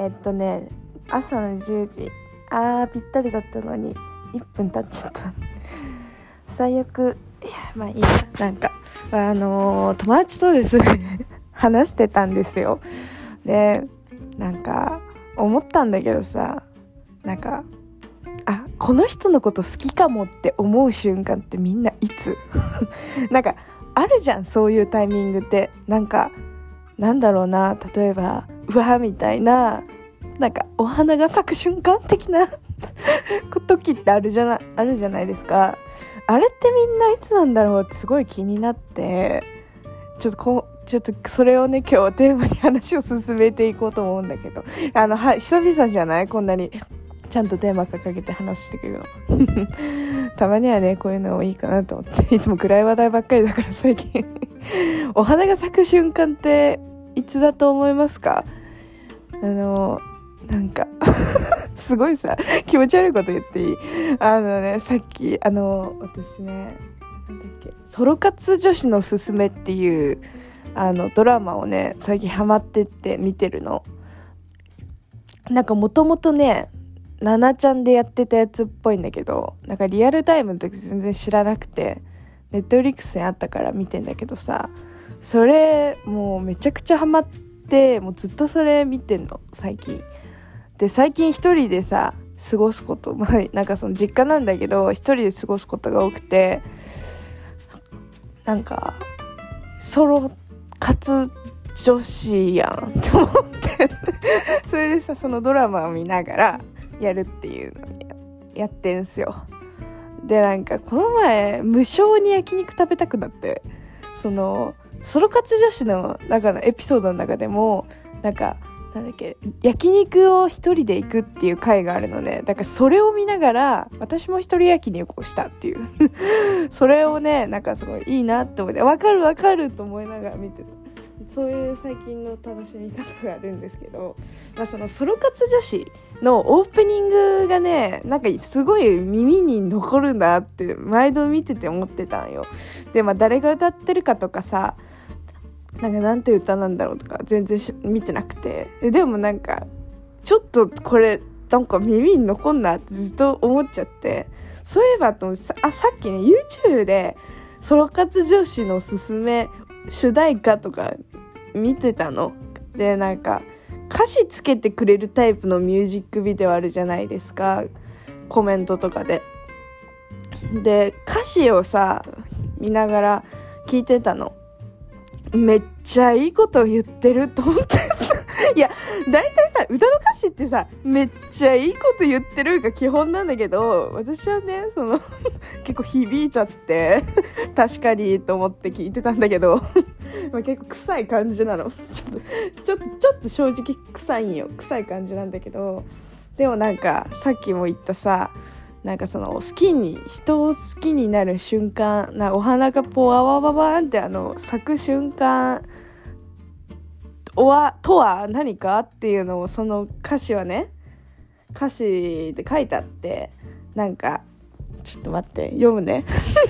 朝の10時ぴったりだったのに1分経っちゃった最悪。いやまあいいや。なんか友達とですね話してたんですよ。でなんか思ったんだけどさ、なんかこの人のこと好きかもって思う瞬間ってみんないつなんかあるじゃん、そういうタイミングって。なんかなんだろうな、例えばうわみたいな、なんかお花が咲く瞬間的な時ってあるじゃないですか。あれってみんないつなんだろうってすごい気になって、ちょっとそれをね今日テーマに話を進めていこうと思うんだけど、久々じゃない、こんなにちゃんとテーマ掲げて話してくるのたまにはねこういうのもいいかなと思って。いつも暗い話題ばっかりだから最近お花が咲く瞬間っていつだと思いますか？なんかすごいさ気持ち悪いこと言っていい？さっき私ね、なんだっけ、ソロ活女子のすすめっていうドラマをね最近ハマってって見てるの。なんかもともとねナナちゃんでやってたやつっぽいんだけど、なんかリアルタイムの時全然知らなくて、ネットフリックスにあったから見てんだけどさ、それもうめちゃくちゃハマって、もうずっとそれ見てんの最近で。最近一人でさ過ごすこと、なんかその実家なんだけど一人で過ごすことが多くて、なんかソロ活女子やんって思ってそれでさそのドラマを見ながらやるっていうのにやってんすよ。でなんかこの前無性に焼肉食べたくなって、そのソロ活女子の中のエピソードの中でもなんだっけ、焼肉を一人で行くっていう回があるのね。だからそれを見ながら私も一人焼肉をしたっていうそれをねなんかすごいいいなって思って、わかると思いながら見てた。そういう最近の楽しみ方があるんですけど、そのソロ活女子のオープニングがねなんかすごい耳に残るんだって毎度見てて思ってたんよ。で誰が歌ってるかとかさ、なんて歌なんだろうとか全然見てなくて、でもなんかちょっとこれなんか耳に残んなってずっと思っちゃって、そういえばとさっきね YouTube でソロ活女子のすすめ主題歌とか見てたので、なんか歌詞つけてくれるタイプのミュージックビデオあるじゃないですか、コメントとかで。で歌詞をさ見ながら聞いてたの。めっちゃいいこと言ってると思っていやだいたいさ歌の歌詞ってさめっちゃいいこと言ってるが基本なんだけど、私はね結構響いちゃって確かにと思って聞いてたんだけど結構臭い感じなのちょっと正直臭い感じなんだけど、でもなんかさっきも言ったさ、なんかその人を好きになる瞬間、お花がポワワワワンって咲く瞬間とは何かっていうのをその歌詞で書いてあって、なんかちょっと待って読むね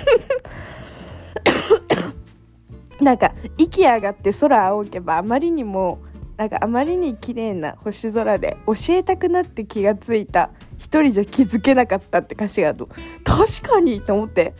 なんか息上がって空仰げばあまりに綺麗な星空で教えたくなって気がついた、一人じゃ気づけなかったって歌詞があると、確かにと思って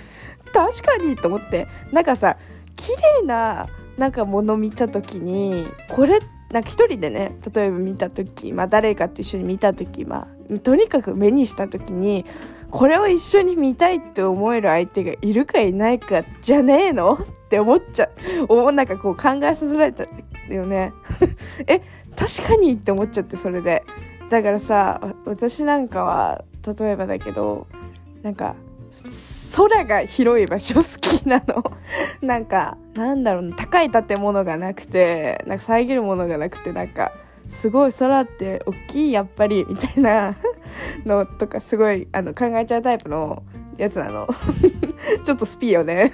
なんかさ綺麗ななんかもの見た時に、これなんか一人でね例えば見た時、誰かと一緒に見た時、とにかく目にした時にこれを一緒に見たいって思える相手がいるかいないかじゃねえのって思っちゃう。なんかこう考えさせられたよね確かにって思っちゃって、それでだからさ私なんかは例えばだけどなんか空が広い場所好きなのなんかなんだろうな、高い建物がなくてなんか遮るものがなくて、なんかすごい空って大きいやっぱりみたいなのとかすごい考えちゃうタイプのやつなのちょっとスピーよね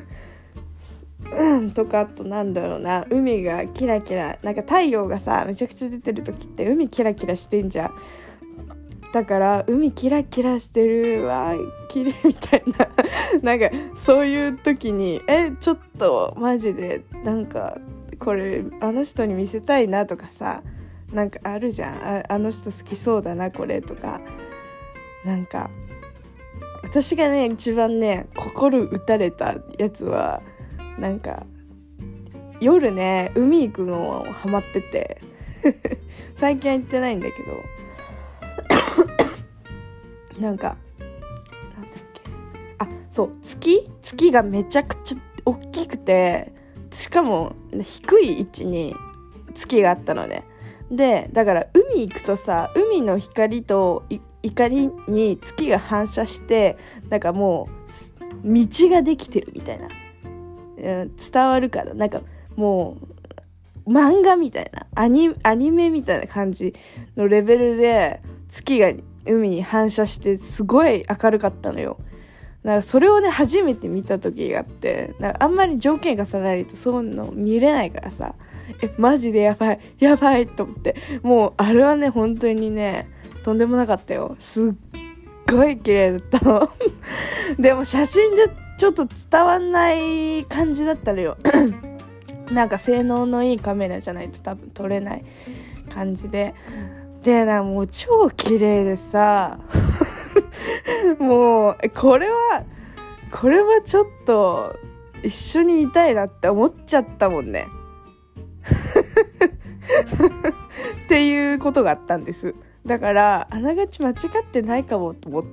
とか、あとなんだろうな、海がキラキラ、なんか太陽がさめちゃくちゃ出てる時って海キラキラしてんじゃん。だから海キラキラしてるわ綺麗みたいななんかそういう時にちょっとマジでなんかこれあの人に見せたいなとかさ、 なんかあるじゃん、あの人好きそうだなこれとか。なんか私がね一番ね心打たれたやつは、なんか夜ね海行くのハマってて最近は行ってないんだけどなんかなんだっけ、あ、そう、月がめちゃくちゃ大きくて、しかも低い位置に月があったのね。でだから海行くとさ、海の光と光に月が反射して、なんかもう道ができてるみたいな、伝わるかな、なんかもう漫画みたいなアニメみたいな感じのレベルで月が海に反射してすごい明るかったのよ。なんかそれをね初めて見た時があって、なんかあんまり条件が重なるとそういうの見れないからさ、マジでやばいと思って、もうあれはね本当にねとんでもなかったよ。すっごい綺麗だったのでも写真じゃちょっと伝わんない感じだったのよなんか性能のいいカメラじゃないと多分撮れない感じで、なんかもう超綺麗でさもうこれはちょっと一緒に見たいなって思っちゃったもんねっていうことがあったんです。だからあながち間違ってないかもと思って、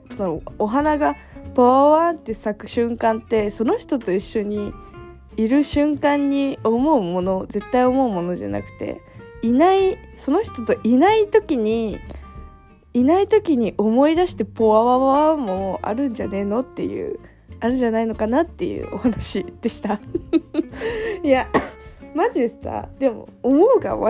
そのお花がバワーンって咲く瞬間って、その人と一緒にいる瞬間に思うもの、絶対思うものじゃなくて、その人といない時に思い出してポワワワもあるんじゃねえのっていう、あるんじゃないのかなっていうお話でしたいやマジでさ、でも思うが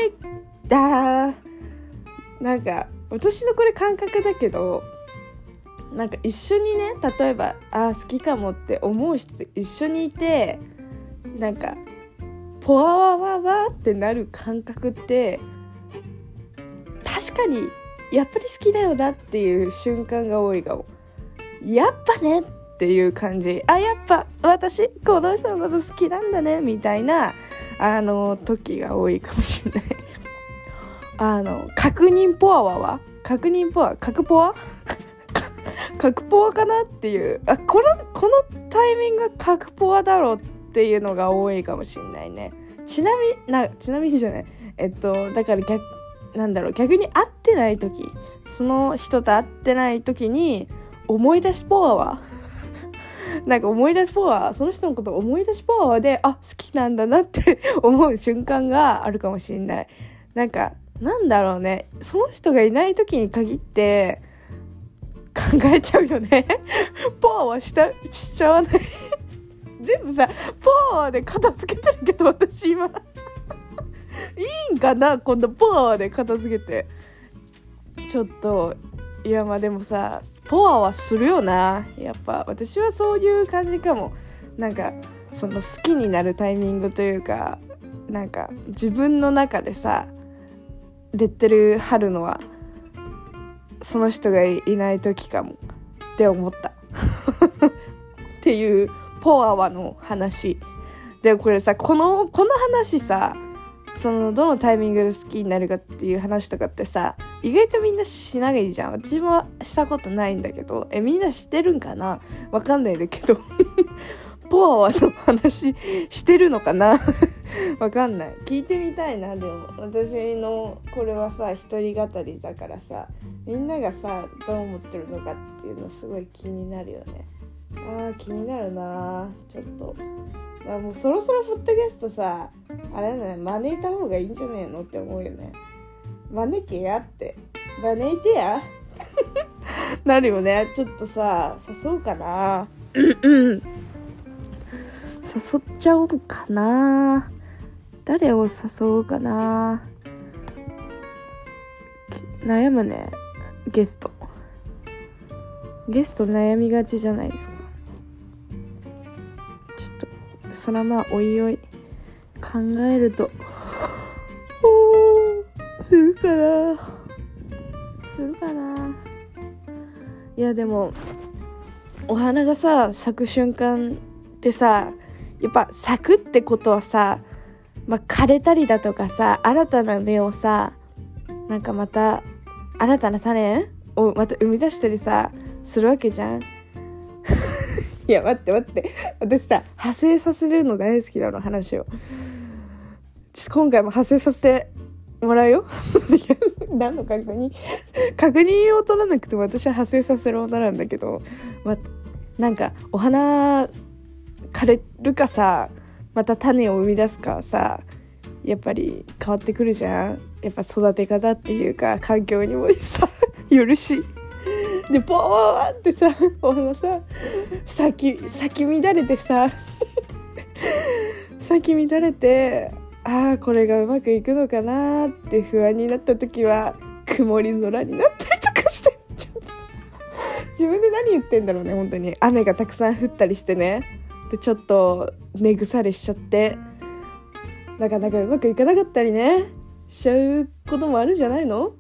なんか私のこれ感覚だけど、なんか一緒にね、例えば好きかもって思う人と一緒にいて、なんかポワワワワってなる感覚って、確かにやっぱり好きだよなっていう瞬間が多いかも。やっぱねっていう感じ、やっぱ私この人のこと好きなんだねみたいな時が多いかもしれない確認ポワかなっていう、このタイミングが確ポワだろうっていうのが多いかもしれないね。ちなみにじゃない、だから逆に会ってない時、その人と会ってない時に思い出しポワなんか思い出しポワその人のことを思い出しポワで好きなんだなって思う瞬間があるかもしれない。なんかなんだろうね、その人がいない時に限って考えちゃうよねポワしちゃわない全部さポワで片付けてるけど、私今いいんかな、今度ポワで片付けて。ちょっといや、まあでもさ、ポワはするよな。やっぱ私はそういう感じかも。なんかその好きになるタイミングというか、なんか自分の中でさレッテル貼るのはその人がいない時かもって思ったっていうポワの話で、これさ、この話さ、そのどのタイミングで好きになるかっていう話とかってさ、意外とみんなしないじゃん。私もしたことないんだけど、みんな知ってるんかな、わかんないんだけどポワの話してるのかなわかんない。聞いてみたいな。でも私のこれはさ、一人語りだからさ、みんながさどう思ってるのかっていうのすごい気になるよね。気になるな。ちょっともうそろそろポッドキャストさ、あれね、招いた方がいいんじゃねえのって思うよね。招けやって、招いてやなるよね。ちょっとさ、誘うかな誘っちゃおうかな。誰を誘おうかな。悩むね。ゲスト悩みがちじゃないですか。ちょっとそらまあおいおい考えるとするかな。いやでもお花がさ咲く瞬間ってさ、やっぱ咲くってことはさ、 枯れたりだとかさ、新たな芽をさ、なんかまた新たな種をまた生み出したりさするわけじゃん。いや待って私さ派生させるの大好きなの、話を。今回も派生させてもらうよ。何の確認を取らなくても私は派生させる女なんだけど、なんかお花枯れるかさ、また種を生み出すかはさ、やっぱり変わってくるじゃん。やっぱ育て方っていうか環境にもさよるし、でボーってさお花さ咲き乱れてさ咲き乱れて、これがうまくいくのかなって不安になった時は曇り空になったりとかして、自分で何言ってんだろうね。本当に雨がたくさん降ったりしてね、でちょっと根腐れしちゃってなかなかうまくいかなかったりねしちゃうこともあるんじゃないの。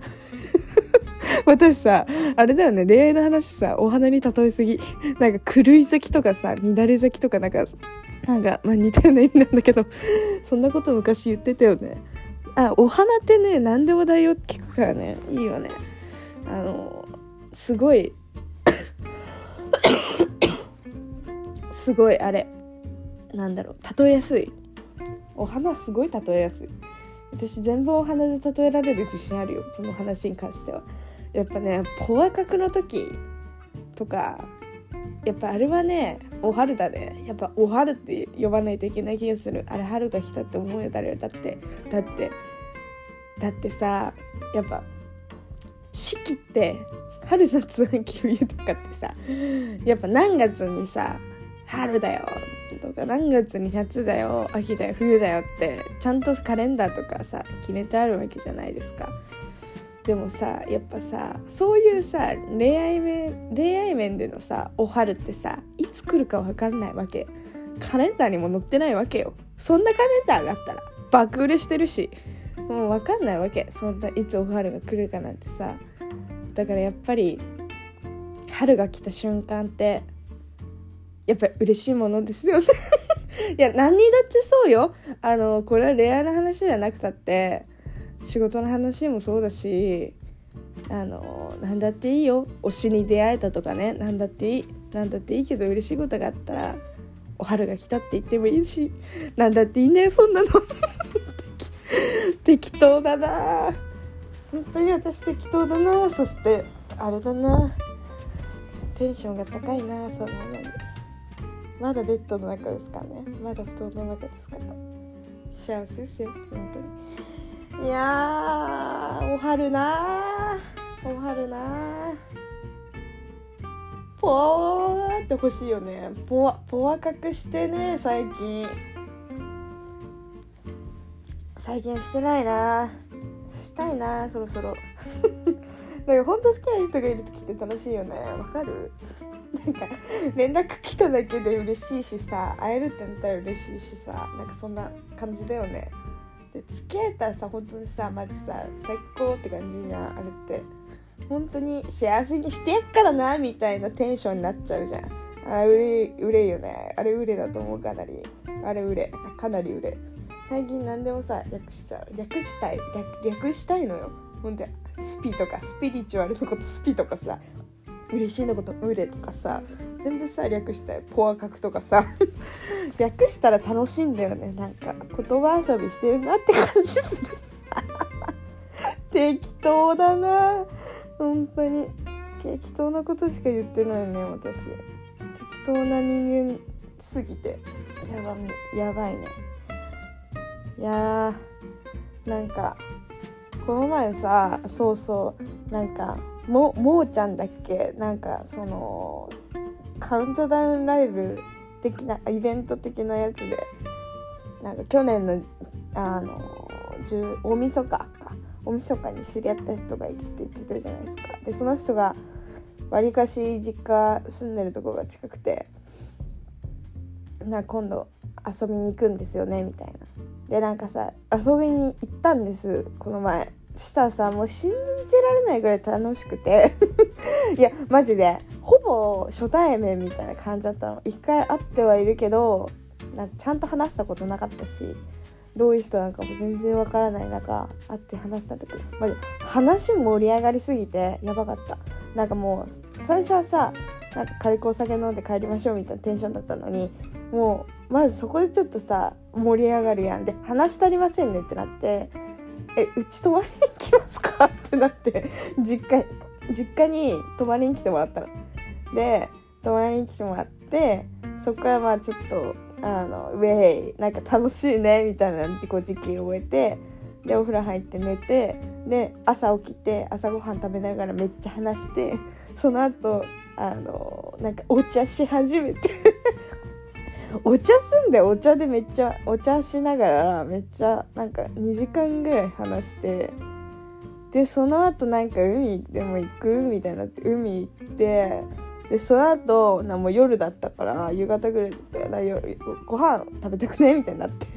私さあれだよね、恋愛の話さお花に例えすぎ。なんか狂い咲きとかさ乱れ咲きとかなんか似たような意味なんだけど、そんなこと昔言ってたよね。お花ってね何でも代を聞くからね、いいよね。すごいすごいあれなんだろう、例えやすい。お花すごい例えやすい。私全部お花で例えられる自信あるよ、この話に関しては。やっぱねポワカクの時とか、やっぱあれはねお春だね。やっぱお春って呼ばないといけない気がする。あれ春が来たって思うよ誰よ。だってさ、やっぱ四季って春夏秋冬とかってさ、やっぱ何月にさ春だよとか何月に夏だよ秋だよ冬だよってちゃんとカレンダーとかさ決めてあるわけじゃないですか。でもさやっぱさそういうさ恋愛面でのさお春ってさいつ来るか分かんないわけ。カレンダーにも載ってないわけよ。そんなカレンダーがあったら爆売れしてるし、もう分かんないわけ。そんないつお春が来るかなんてさ。だからやっぱり春が来た瞬間ってやっぱり嬉しいものですよね。いや何にだってそうよ。これは恋愛の話じゃなくたって仕事の話もそうだし、なんだっていいよ。推しに出会えたとかね、なんだっていいけど嬉しいことがあったらお春が来たって言ってもいいし、なんだっていいねそんなの。適当だな、本当に私適当だな。そしてあれだな、テンションが高いな。そんなのにまだベッドの中ですからね、まだ布団の中ですから、幸せですよ本当に。いやーお春なポワーって欲しいよね。ポワ隠してね。最近してないな。したいなそろそろ。なんか本当好きな人がいる時って楽しいよね。わかる？なんか連絡来ただけで嬉しいしさ、会えるってなったら嬉しいしさ、なんかそんな感じだよね。で付き合えたらさ本当にさマジさ最高って感じじゃん。あれって本当に幸せにしてやっからなみたいなテンションになっちゃうじゃん。うれよね。あれうれだと思う。かなりうれ。最近何でもさ略しちゃう。略したいのよ。ほんでスピとかスピリチュアルのことスピとかさ、嬉しいのことうれとかさ、全部さ略したい。ポアカクとかさ略したら楽しいんだよね。なんか言葉遊びしてるなって感じする。適当だな本当に。適当なことしか言ってないね私。適当な人間すぎてやばいね。いやーなんかこの前さ、なんかもーちゃんだっけ、なんかそのカウントダウンライブ的なイベント的なやつで、なんか去年の大晦日に知り合った人がいるって言ってたじゃないですか。でその人がわりかし実家住んでるところが近くて、今度遊びに行くんですよねみたいな。でなんかさ遊びに行ったんですこの前。したらさもう信じられないぐらい楽しくていやマジでほぼ初対面みたいな感じだったの。一回会ってはいるけどちゃんと話したことなかったし、 どういう人なんかも全然わからない中会って話した時、話盛り上がりすぎてやばかった。なんかもう最初はさ、なんか軽くお酒飲んで帰りましょうみたいなテンションだったのに、もうまずそこでちょっとさ盛り上がるやん。で話足りませんねってなって、うち泊まりに来ますかってなって実家に泊まりに来てもらったの。で泊まりに来てもらって、そこからまあちょっとウェイなんか楽しいねみたいな自己実験を終えて、でお風呂入って寝て、で朝起きて朝ごはん食べながらめっちゃ話して、その後なんかお茶し始めてお茶すんで、お茶でめっちゃお茶しながらめっちゃなんか2時間ぐらい話して、でその後なんか海でも行くみたいになって海行って、でその後もう夜だったから夕方ぐらいだったからご飯食べたくねみたいになって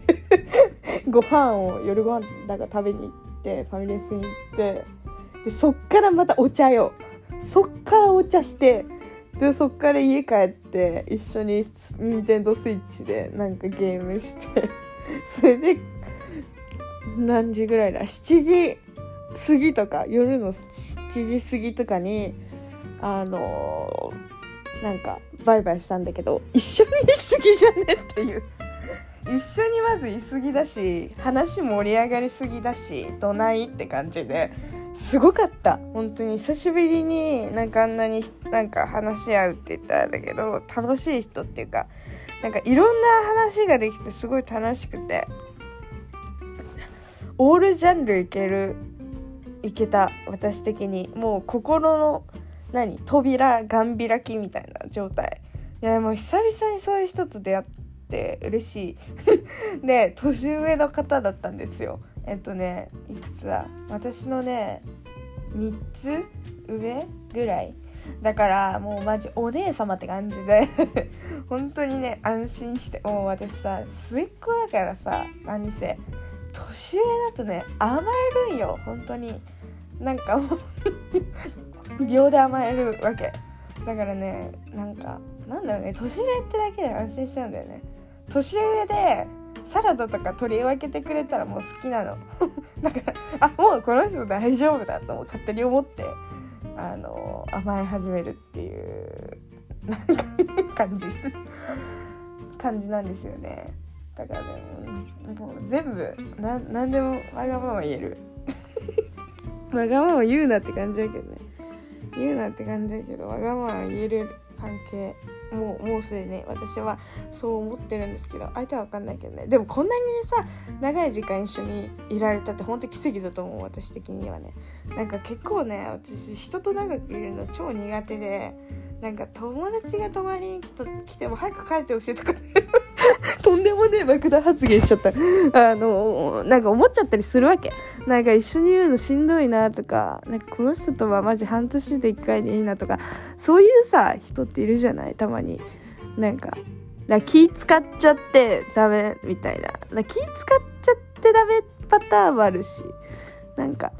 夜ご飯だから食べに行ってファミレスに行って、でそっからまたお茶よ。そっからお茶して、でそっから家帰って一緒にニンテンドースイッチでなんかゲームしてそれで何時ぐらいだ、7時過ぎとか、夜の7時過ぎとかになんかバイバイしたんだけど、一緒にいすぎじゃねっていう、一緒にまずいすぎだし、話盛り上がりすぎだし、どないって感じですごかった。本当に久しぶりになんかあんなになんか話し合うって言ったらだけど、楽しい人っていうか、なんかいろんな話ができてすごい楽しくて、オールジャンルいけた。私的にもう心の扉ガン開きみたいな状態。いやもう久々にそういう人と出会って嬉しいで、年上の方だったんですよ。いくつだ、私のね3つ上ぐらいだから、もうマジお姉様って感じで本当にね安心して、もう私さ末っ子だからさ、何せ年上だとね甘えるんよ。本当になんかもう秒で甘えるわけだからね、なんだろうね、年上ってだけで安心しちゃうんだよね。年上でサラダとか取り分けてくれたらもう好きなのだからもうこの人大丈夫だと勝手に思って甘え始めるっていうなんか感じなんですよね。だからね、もう全部何でもわがまま言えるわがまま言うなって感じだけどね、わがまま言える関係、もうすでに私はそう思ってるんですけど、相手は分かんないけどね。でもこんなにさ長い時間一緒にいられたって本当に奇跡だと思う。私的にはね、なんか結構ね、私人と長くいるの超苦手で、なんか友達が泊まりに来ても早く帰ってほしいとかとんでもねえ爆弾発言しちゃったなんか思っちゃったりするわけ。なんか一緒にいるのしんどいなとか、なんかこの人とはマジ半年で1回でいいなとか、そういうさ人っているじゃない、たまに。なんか気使っちゃってダメみたいな、気使っちゃってダメパターンもあるし、なんか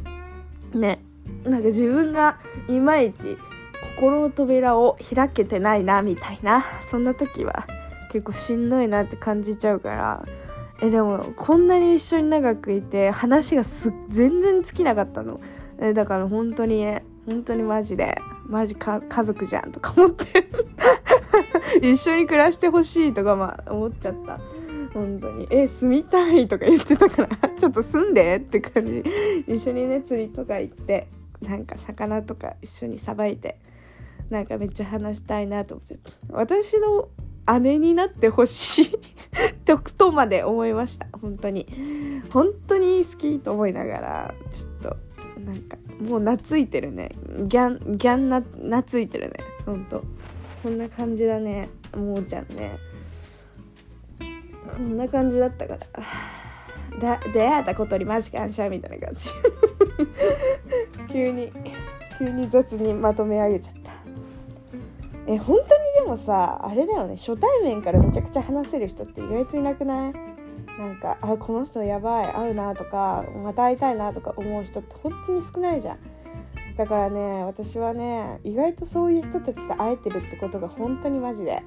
自分がいまいち心の扉を開けてないなみたいな、そんな時は結構しんどいなって感じちゃうから。でもこんなに一緒に長くいて話が全然尽きなかったの。だから本当にマジ家族じゃんとか思って一緒に暮らしてほしいとか思っちゃった。本当に住みたいとか言ってたからちょっと住んでって感じ。一緒にね釣りとか行ってなんか魚とか一緒にさばいてなんかめっちゃ話したいなと思っちゃった。私の姉になってほしいとまで思いました。本当に好きと思いながら、ちょっとなんかもう懐いてるね。ギャン懐いてるね。本当こんな感じだね、もうちゃんね。こんな感じだったから出会えたことにマジ感謝みたいな感じ急に雑にまとめ上げちゃった。本当にでもさあれだよね、初対面からめちゃくちゃ話せる人って意外といなくない？なんかこの人やばい合うなとかまた会いたいなとか思う人って本当に少ないじゃん。だからね、私はね意外とそういう人たちと会えてるってことが本当にマジで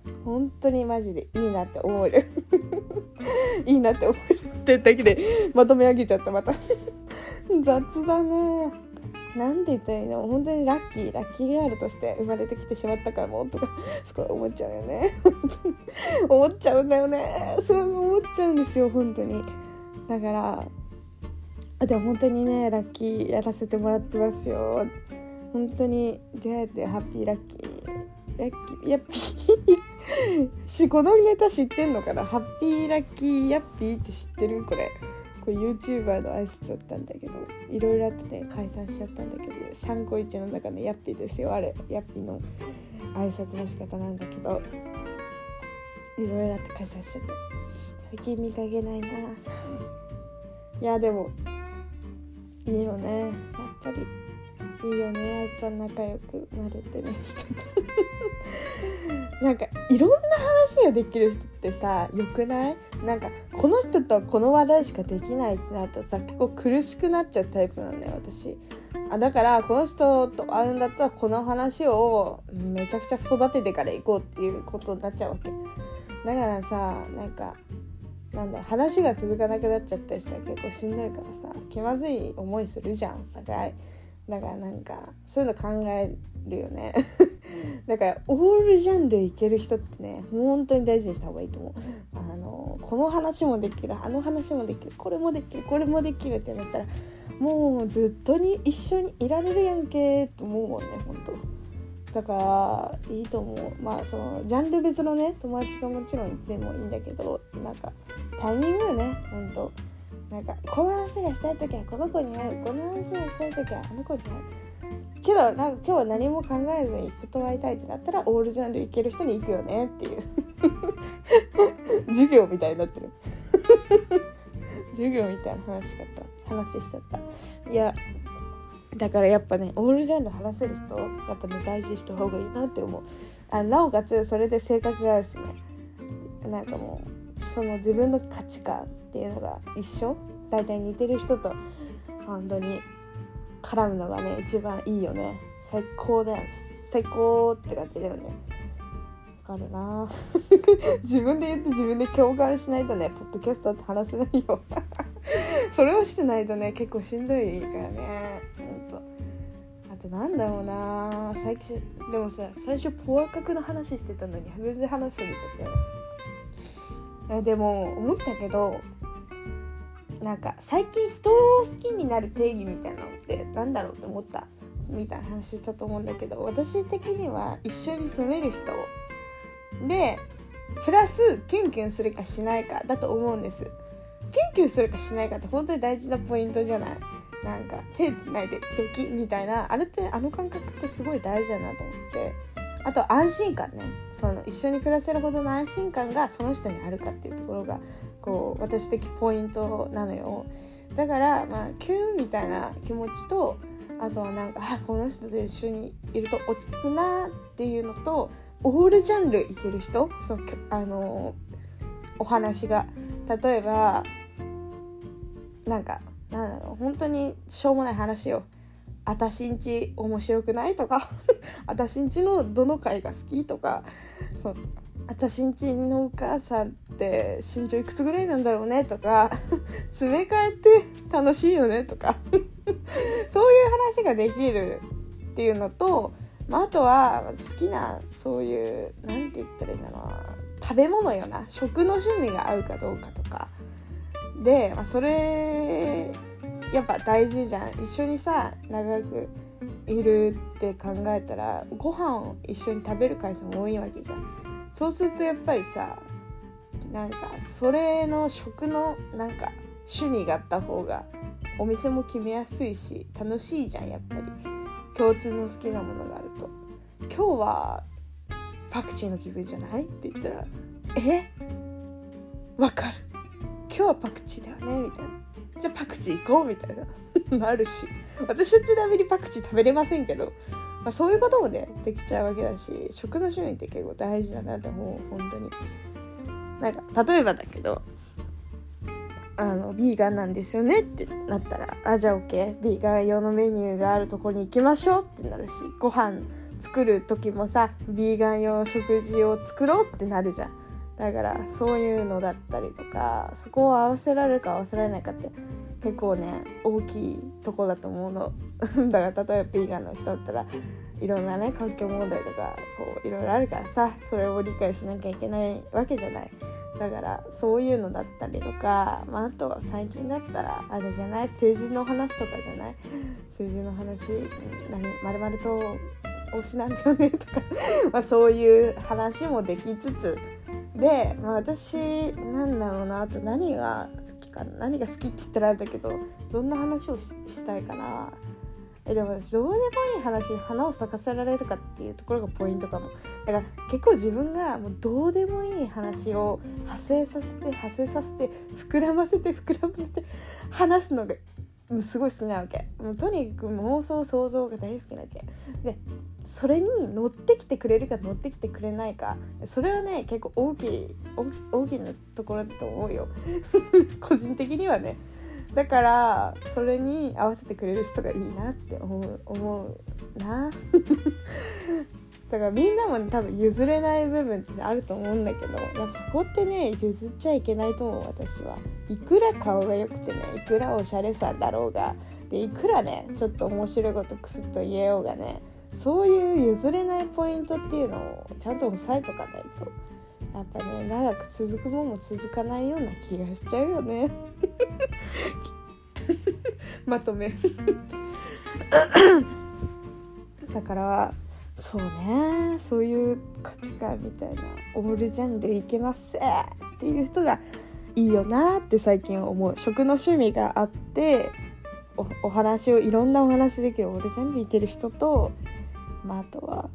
本当にマジでいいなって思えるいいなって思えるってだけでまとめ上げちゃった。また雑だね。なんで言ったらいいの。本当にラッキーガールとして生まれてきてしまったからもうとかすごい思っちゃうよね思っちゃうんだよね。そう思っちゃうんですよ本当に。だからでも本当にねラッキーやらせてもらってますよ。本当に出会えてハッピーラッキーヤッピーこのネタ知ってんのかな。ハッピーラッキーヤッピーって知ってる？これ YouTuber の挨拶だったんだけど、いろいろあってて解散しちゃったんだけど、3個1の中のヤッピーですよ。あれヤッピーの挨拶の仕方なんだけど、いろいろあって解散しちゃった。最近見かけないな。いやでもいいよね、やっぱりいいよね、やっぱ仲良くなるってね人となんかいろんな話ができる人ってさよくない？なんかこの人とはこの話題しかできないってなるとさ結構苦しくなっちゃうタイプなんだよ私。だからこの人と会うんだったらこの話をめちゃくちゃ育ててから行こうっていうことになっちゃうわけだからさ、話が続かなくなっちゃったりしたら結構しんどいからさ、気まずい思いするじゃんお互い。だからそういうの考えるよねだからオールジャンルいける人ってね本当に大事にした方がいいと思う。この話もできる、あの話もできる、これもできる、これもできるってなったらもうずっとに一緒にいられるやんけって思うもんね本当。だからいいと思う。そのジャンル別のね友達がもちろんでもいいんだけど、タイミングよね本当。この話がしたいときはこの子に会う、この話がしたいときはあの子に会うけど今日は何も考えずに人と会いたいってなったらオールジャンルいける人に行くよねっていう授業みたいになってる授業みたいな話しちゃった。いやだからやっぱねオールジャンル話せる人やっぱね大事にした方がいいなって思う。なおかつそれで性格があるしね、もうその自分の価値観っていうのが一緒、大体似てる人と本当に絡むのがね一番いいよね。最高だよ、最高って感じだよね。わかるな自分で言って自分で共感しないとねポッドキャストって話せないよそれをしてないとね結構しんどいからね本当。あとなんだろうな、最近でもさ最初ポア角の話してたのに全然話すぎちゃったよね。でも思ったけど最近人を好きになる定義みたいなのってなんだろうって思ったみたいな話したと思うんだけど、私的には一緒に住める人でプラスキュンキュンするかしないかだと思うんです。キュンキュンするかしないかって本当に大事なポイントじゃない？手つないでドキみたいなあれってあの感覚ってすごい大事だなと思って。あと安心感ね、その一緒に暮らせるほどの安心感がその人にあるかっていうところが私的ポイントなのよ。だからキュンみたいな気持ちと、あとはこの人と一緒にいると落ち着くなっていうのと、オールジャンルいける人、お話が例えば本当にしょうもない話よ。あたしんち面白くないとかあたしんちのどの回が好きとか、あたしんちのお母さんって身長いくつぐらいなんだろうねとか詰め替えて楽しいよねとかそういう話ができるっていうのと、あとは好きなそういうなんて言ったらいいんだろうな、食べ物よな、食の趣味が合うかどうかとかで、それやっぱ大事じゃん。一緒にさ長くいるって考えたらご飯を一緒に食べる回数も多いわけじゃん。そうするとやっぱりさそれの食の趣味があった方がお店も決めやすいし楽しいじゃん。やっぱり共通の好きなものがあると、今日はパクチーの気分じゃないって言ったらわかる、今日はパクチーだよねみたいな、じゃあパクチー行こうみたいななるし、私はちなみにパクチー食べれませんけど、そういうこともねできちゃうわけだし、食の趣味って結構大事だなと思う本当に。例えばだけどビーガンなんですよねってなったら、じゃあ OK、 ビーガン用のメニューがあるところに行きましょうってなるし、ご飯作る時もさビーガン用の食事を作ろうってなるじゃん。だからそういうのだったりとか、そこを合わせられるか合わせられないかって結構ね大きいとこだと思うのだから例えばビーガンの人だったらいろんなね環境問題とかこういろいろあるからさ、それを理解しなきゃいけないわけじゃない。だからそういうのだったりとか、あとは最近だったらあれじゃない、政治の話とかじゃない、政治の話丸々と推しなんだよねとかそういう話もできつつで、私なんだろうな、あと何が好きって言ったらあれだけど、どんな話をしたいかな。でも私どうでもいい話に花を咲かせられるかっていうところがポイントかも。だから結構自分がもうどうでもいい話を派生させて膨らませて話すのがすごい好きなわけ。もうとにかく妄想想像が大好きなわけで、それに乗ってきてくれるか乗ってきてくれないか、それはね結構大きなところだと思うよ個人的にはね。だからそれに合わせてくれる人がいいなって思うなだからみんなも、ね、多分譲れない部分ってあると思うんだけど、やっぱそこってね譲っちゃいけないと思う。私はいくら顔が良くてね、いくらおしゃれさだろうがで、いくらねちょっと面白いことクスッと言えようがね、そういう譲れないポイントっていうのをちゃんと押さえとかないとやっぱね長く続くもんも続かないような気がしちゃうよねまとめだからそうね、そういう価値観みたいなオールジャンルいけますっていう人がいいよなって最近思う。食の趣味があってお話をいろんなお話できるオールジャンルいける人と、あとは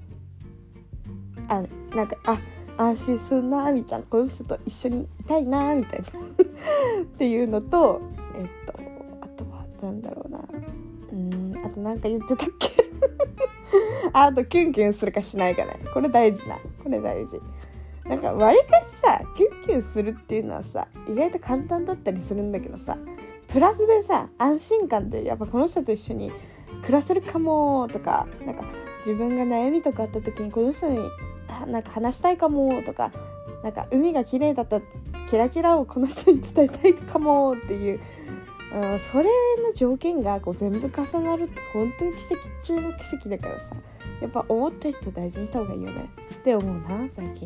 なんか安心するなみたいな、この人と一緒にいたいなみたいなっていうのと、あとはなんだろうな、あとなんか言ってたっけあとキュンキュンするかしないかね、これ大事。なんかわりかしさキュンキュンするっていうのはさ意外と簡単だったりするんだけどさ、プラスでさ安心感でやっぱこの人と一緒に暮らせるかもとか、なんか自分が悩みとかあった時にこの人になんか話したいかもとか、なんか海が綺麗だったキラキラをこの人に伝えたいかもっていう、それの条件がこう全部重なるって本当に奇跡中の奇跡だからさ、やっぱ思った人大事にした方がいいよねって思うな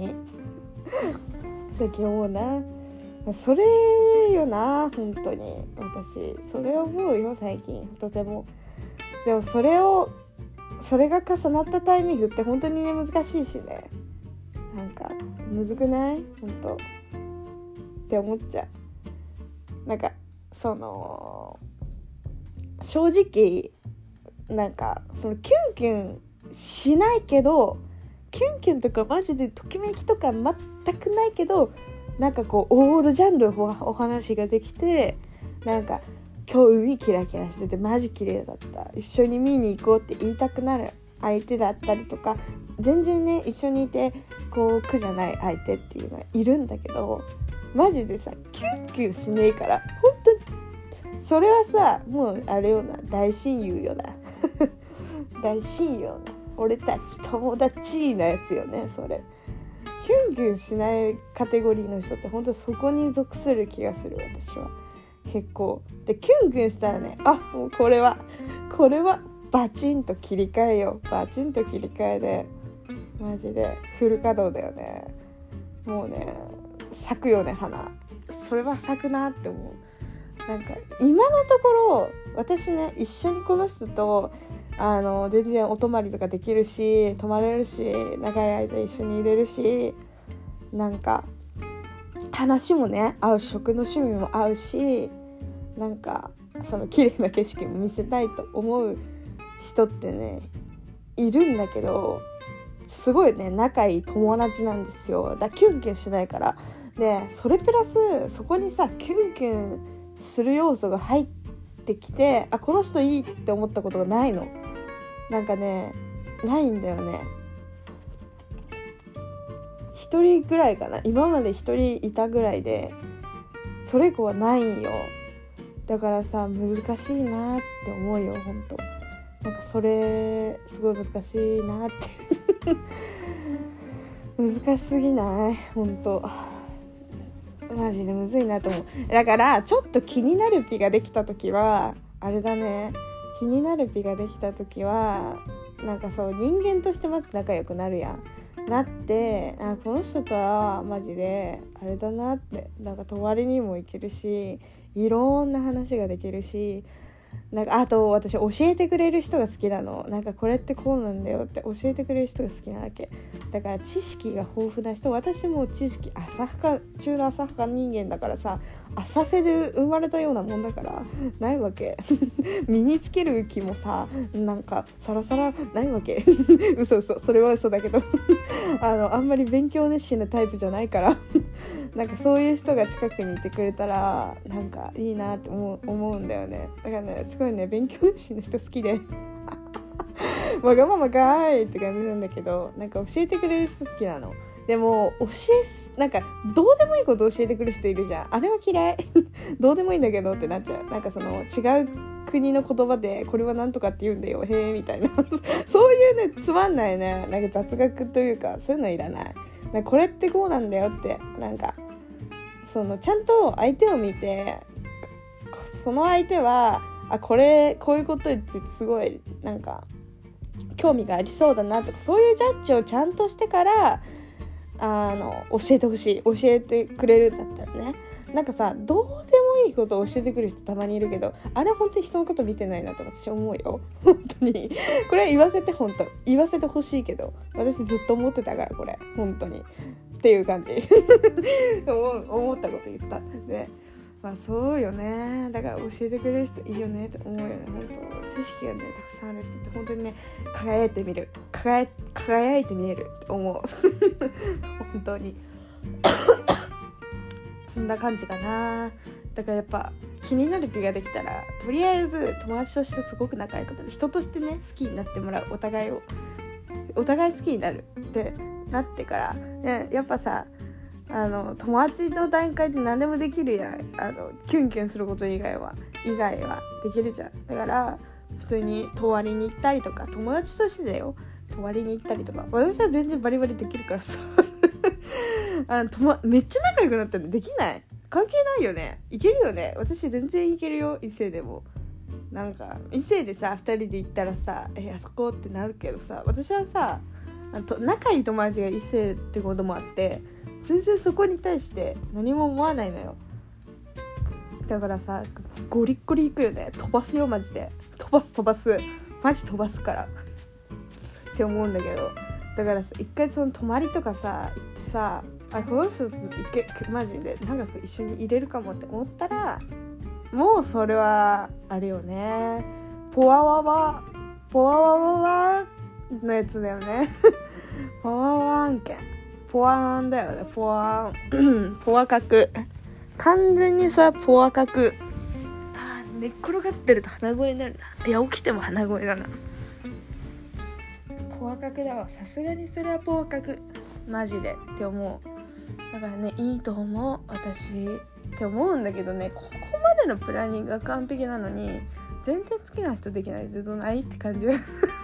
最近思うな。それよな、本当に私それ思うよ最近とても。でもそれが重なったタイミングって本当にね難しいしね、なんかむずくない本当って思っちゃう。なんか正直なんかそのキュンキュンしないけど、キュンキュンとかマジでときめきとか全くないけど、なんかこうオールジャンルお話ができて、なんか今日海キラキラしててマジ綺麗だった、一緒に見に行こうって言いたくなる相手だったりとか、全然ね一緒にいてこう苦じゃない相手っていうのはいるんだけど、マジでさキュンキュンしねえから本当にそれはさもうあれよな、大親友よな大親友な俺たち友達なやつよね。それキュンキュンしないカテゴリーの人って本当そこに属する気がする私は結構で。キュンキュンしたらね、もうこれはバチンと切り替えよ、バチンと切り替えでマジでフル稼働だよね。もうね咲くよね花、それは咲くなって思う。なんか今のところ私ね一緒にこの人と全然お泊まりとかできるし、泊まれるし、長い間一緒にいれるし、なんか話もね合うし、食の趣味も合うし、なんかその綺麗な景色も見せたいと思う人ってねいるんだけど、すごいね仲いい友達なんですよ。だキュンキュンしないから。でそれプラスそこにさキュンキュンする要素が入ってきて、この人いいって思ったことがないの。なんかねないんだよね。一人ぐらいかな、今まで一人いたぐらいで、それ以降はないんよ。だからさ難しいなって思うよ本当。 なんかそれすごい難しいなって難しすぎない？本当マジでむずいなと思う。だからちょっと気になるピができた時はあれだね、気になるピができた時はなんかそう人間としてまず仲良くなるやん。なってこの人とはマジであれだなって、なんか泊まりにも行けるし、いろんな話ができるし、なんかあと私教えてくれる人が好きなの。なんかこれってこうなんだよって教えてくれる人が好きなわけだから、知識が豊富な人。私も知識浅はか中の浅はか人間だからさ、浅瀬で生まれたようなもんだからないわけ身につける気もさなんかさらさらないわけ嘘それは嘘だけどあんまり勉強熱心なタイプじゃないからなんかそういう人が近くにいてくれたらなんかいいなって思うんだよね。だからねすごいね勉強熱心な人好きでわがままかーいって感じなんだけど、なんか教えてくれる人好きなの。でもなんかどうでもいいこと教えてくる人いるじゃん。あれは嫌いどうでもいいんだけどってなっちゃう。なんかその違う国の言葉でこれはなんとかって言うんだよへーみたいなそういうねつまんないね、なんか雑学というかそういうのいらない。なんかこれってこうなんだよって、なんかそのちゃんと相手を見て、その相手はこういうことについてすごいなんか興味がありそうだなとか、そういうジャッジをちゃんとしてから教えてほしい。教えてくれるんだったらね。なんかさどうでもいいことを教えてくる人たまにいるけど、あれは本当に人のこと見てないなと私思うよ本当にこれは言わせてほしいけど、私ずっと思ってたからこれ本当にっていう感じ思ったこと言ったで、まあそうよね。だから教えてくれる人いいよねって思うよね。本当知識がねたくさんある人って本当にね輝いて見えるって思う本当にそんな感じかな。だからやっぱ気になる気ができたらとりあえず友達としてすごく仲良くなる。人としてね好きになってもらう。お互い好きになるってなってから、ね、やっぱさ友達の段階で何でもできるやん。キュンキュンすること以外はできるじゃん。だから普通に泊まりに行ったりとか、友達としてだよ、泊まりに行ったりとか、私は全然バリバリできるからさめっちゃ仲良くなったらできない？関係ないよね。いけるよね。私全然いけるよ、異性でも。なんか異性でさ2人で行ったらさあそこってなるけどさ、私はさ仲いい友達が異性ってこともあって全然そこに対して何も思わないのよ。だからさゴリッゴリ行くよね。飛ばすよマジで。飛ばすマジ飛ばすからって思うんだけど、だからさ一回その泊まりとかさ行ってさこの人マジで長く一緒に入れるかもって思ったらもうそれはあれよね、ポワワワのやつだよねポワワ案件、ポワワンだよね。ポワ角完全にさポワ角。寝っ転がってると鼻声になるな。いや起きても鼻声だな。ポワ角だわ。さすがにそれはポワ角マジでって思う。だからねいいと思う私って思うんだけどね、ここまでのプランニングが完璧なのに全然好きな人できないってどないって感じ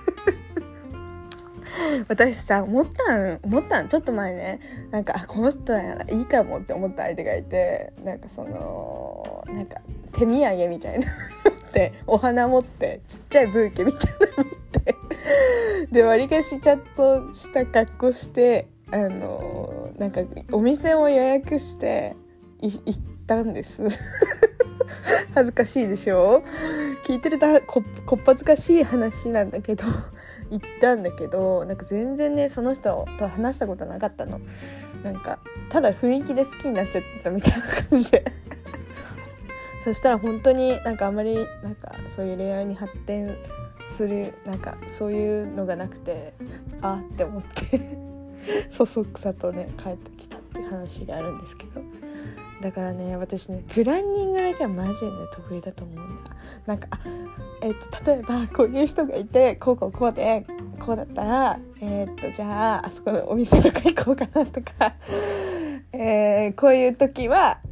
私さ思ったんちょっと前ね、なんかこの人ならいいかもって思った相手がいて、なんかなんか手土産みたいなってお花持ってちっちゃいブーケみたいなの持ってでわりかしちゃんとした格好してなんかお店を予約して行ったんです恥ずかしいでしょ。聞いてるとこっぱずかしい話なんだけど行ったんだけど、なんか全然ねその人と話したことなかったの。なんかただ雰囲気で好きになっちゃったみたいな感じでそしたら本当になんかあんまりなんかそういう恋愛に発展するなんかそういうのがなくてって思ってそそくさとね帰ってきたっていう話があるんですけど、だからね私ねプランニングだけはマジでね得意だと思うんだ。なんか例えばこういう人がいてこうでこうだったらじゃあそこのお店とか行こうかなとかこういう時は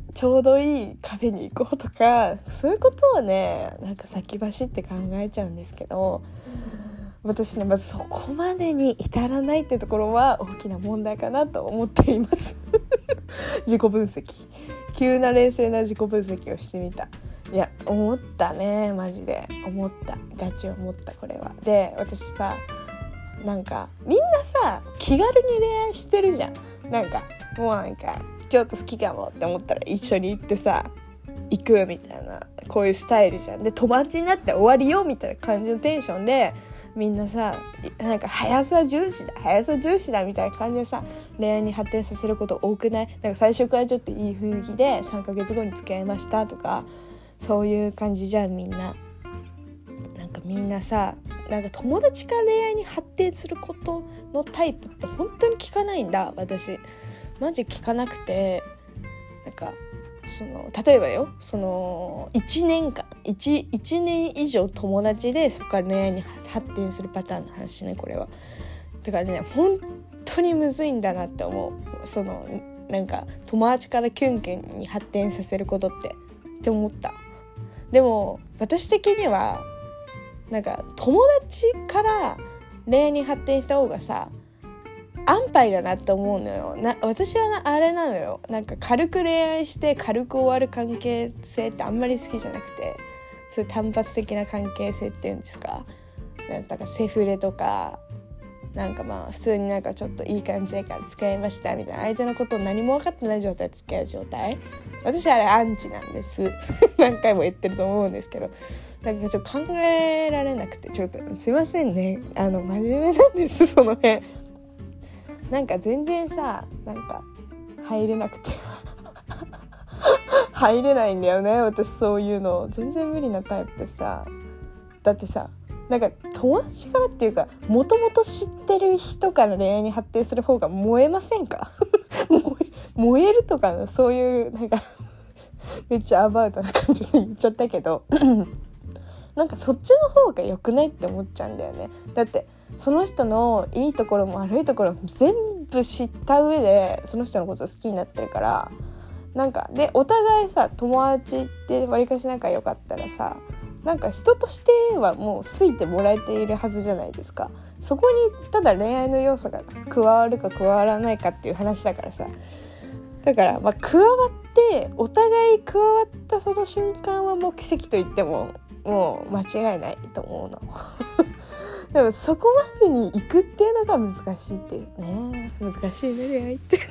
ちょうどいいカフェに行こうとか、そういうことをねなんか先走って考えちゃうんですけど、私ねまずそこまでに至らないってところは大きな問題かなと思っています自己分析、急な冷静な自己分析をしてみた。いや思ったね、マジで思った、ガチ思った。これはで、私さなんかみんなさ気軽に恋愛してるじゃん。なんかもうなんかちょっと好きかもって思ったら一緒に行ってさ行くみたいな、こういうスタイルじゃん。で友達になって終わりよみたいな感じのテンションでみんなさ、なんか速さ重視だみたいな感じでさ恋愛に発展させること多くない？なんか最初からちょっといい雰囲気で3ヶ月後に付き合いましたとか、そういう感じじゃんみんな。なんかみんなさ、なんか友達から恋愛に発展することのタイプって本当に聞かないんだ。私マジ聞かなくて、なんか例えばよ、1年以上友達でそこから恋愛に発展するパターンの話ね、これは。だからね本当にむずいんだなって思う。なんか友達からキュンキュンに発展させることって思った。でも私的にはなんか友達から恋愛に発展した方がさ安牌だなって思うのよ。私はあれなのよ、なんか軽く恋愛して軽く終わる関係性ってあんまり好きじゃなくて、そういう単発的な関係性っていうんですか、なんかセフレとか、なんかまあ普通になんかちょっといい感じだから付き合いましたみたいな、相手のことを何も分かってない状態で付き合う状態、私あれアンチなんです何回も言ってると思うんですけど、なんかちょっと考えられなくて、ちょっとすいませんね、真面目なんですその辺。なんか全然さ、なんか入れなくて入れないんだよね私、そういうの全然無理なタイプでさ。だってさ、なんか友達からっていうかもともと知ってる人から恋愛に発展する方が燃えませんか燃えるとかそういうなんかめっちゃアバウトな感じで言っちゃったけどなんかそっちの方が良くないって思っちゃうんだよね。だってその人のいいところも悪いところも全部知った上でその人のこと好きになってるから、なんかでお互いさ友達ってわりかし仲良かったらさ、なんか人としてはもう好いてもらえているはずじゃないですか。そこにただ恋愛の要素が加わるか加わらないかっていう話だからさ。だからまあ加わってお互い加わったその瞬間はもう奇跡と言ってももう間違いないと思うのでもそこまでに行くっていうのが難しいっていうね。難しいね恋愛って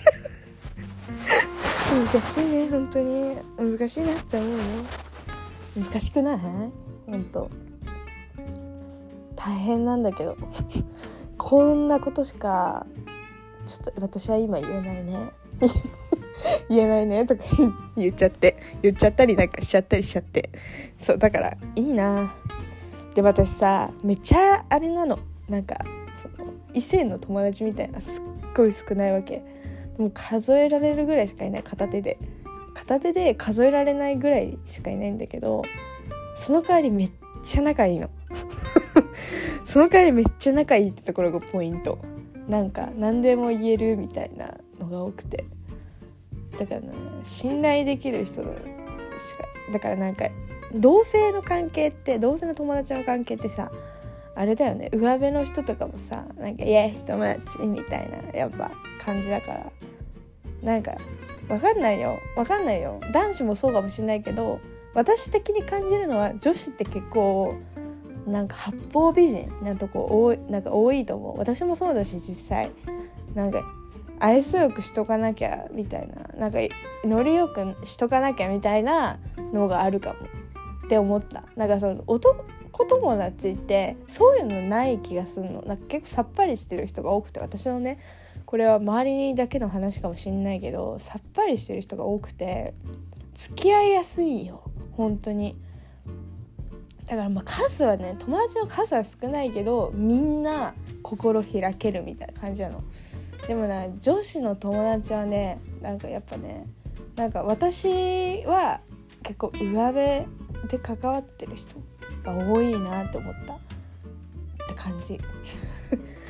難しいね、本当に難しいなって思うね。難しくない？本当大変なんだけどこんなことしかちょっと私は今言えないね言えないねとか言っちゃったりなんかしちゃったりしちゃって、そうだからいいな。で私さめっちゃあれなの、なんか異性の友達みたいなすっごい少ないわけ。でも数えられるぐらいしかいない、片手で数えられないぐらいしかいないんだけど、その代わりめっちゃ仲いいのその代わりめっちゃ仲いいってところがポイント。なんか何でも言えるみたいなのが多くて、だからね信頼できる人しか、だからなんか同性の関係って同性の友達の関係ってさあれだよね、上辺の人とかもさなんかイエーイ友達みたいなやっぱ感じだから、なんかわかんないよ男子もそうかもしれないけど、私的に感じるのは女子って結構なんか八方美人なとこ多いと思う。私もそうだし実際なんか愛想よくしとかなきゃみたいな、なんかノリよくしとかなきゃみたいなのがあるかもって思った。なんかその男友達ってそういうのない気がするの。なんか結構さっぱりしてる人が多くて、私のねこれは周りにだけの話かもしれないけどさっぱりしてる人が多くて付き合いやすいよ本当に。だからまあ数はね、友達の数は少ないけどみんな心開けるみたいな感じなの。でもね女子の友達はねなんかやっぱね、なんか私は結構上辺で関わってる人が多いなって思ったって感じ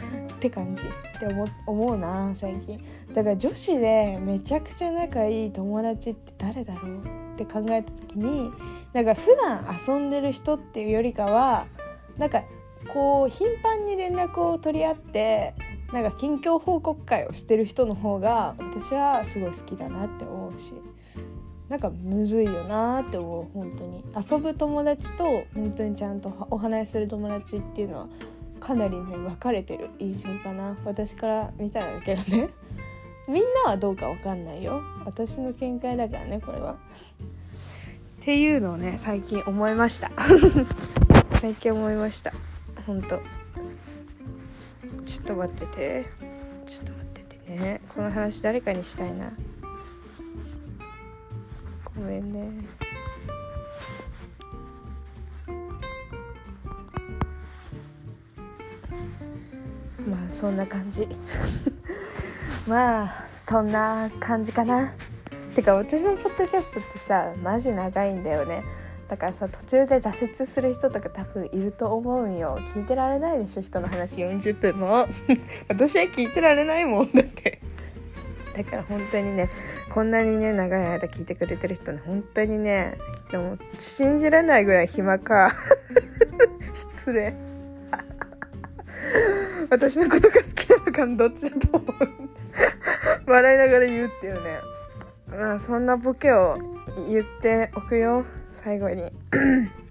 って感じって思うな最近。だから女子でめちゃくちゃ仲いい友達って誰だろうって考えた時に、なんか普段遊んでる人っていうよりかは、なんかこう頻繁に連絡を取り合ってなんか近況報告会をしてる人の方が私はすごい好きだなって思うし、なんかむずいよなって思う。本当に遊ぶ友達と本当にちゃんとお話しする友達っていうのはかなりね分かれてる印象かな、私から見たらだけどね。みんなはどうか分かんないよ、私の見解だからねこれはっていうのをね最近思いました最近思いました。本当ちょっと待っててね、この話誰かにしたいな、ごめんね。まあそんな感じまあそんな感じかな。てか私のポッドキャストってさマジ長いんだよね。だからさ途中で挫折する人とか多分いると思うんよ。聞いてられないでしょ人の話40分も私は聞いてられないもんだってだから本当にね、こんなにね長い間聞いてくれてる人ね本当にね、でも信じられないぐらい暇か失礼私のことが好きなのかどっちだと思う笑いながら言うっていうね。まあそんなボケを言っておくよ最後に